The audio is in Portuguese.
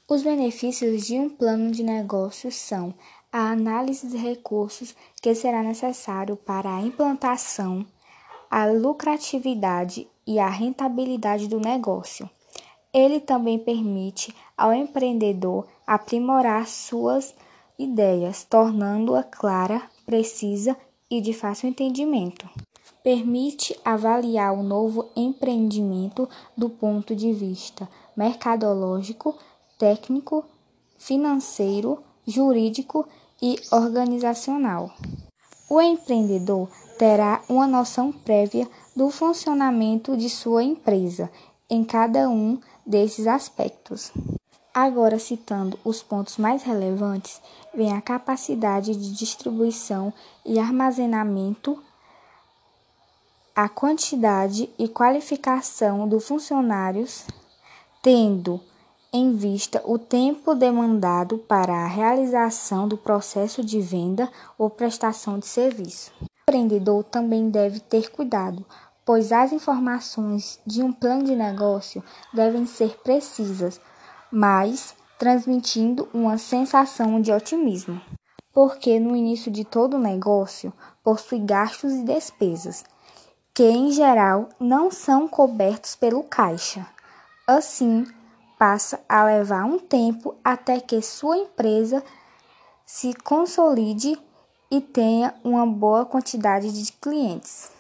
Os benefícios de um plano de negócios são a análise de recursos que será necessário para a implantação, a lucratividade e a rentabilidade do negócio. Ele também permite ao empreendedor aprimorar suas ideias, tornando-a clara, precisa e de fácil entendimento. Permite avaliar o novo empreendimento do ponto de vista mercadológico, técnico, financeiro, jurídico e organizacional. O empreendedor terá uma noção prévia do funcionamento de sua empresa em cada um desses aspectos. Agora, citando os pontos mais relevantes, vem a capacidade de distribuição e armazenamento, a quantidade e qualificação dos funcionários, tendo em vista o tempo demandado para a realização do processo de venda ou prestação de serviço. O empreendedor também deve ter cuidado, pois as informações de um plano de negócio devem ser precisas, mas transmitindo uma sensação de otimismo, porque no início de todo negócio possui gastos e despesas, que em geral não são cobertos pelo caixa. Assim, passa a levar um tempo até que sua empresa se consolide e tenha uma boa quantidade de clientes.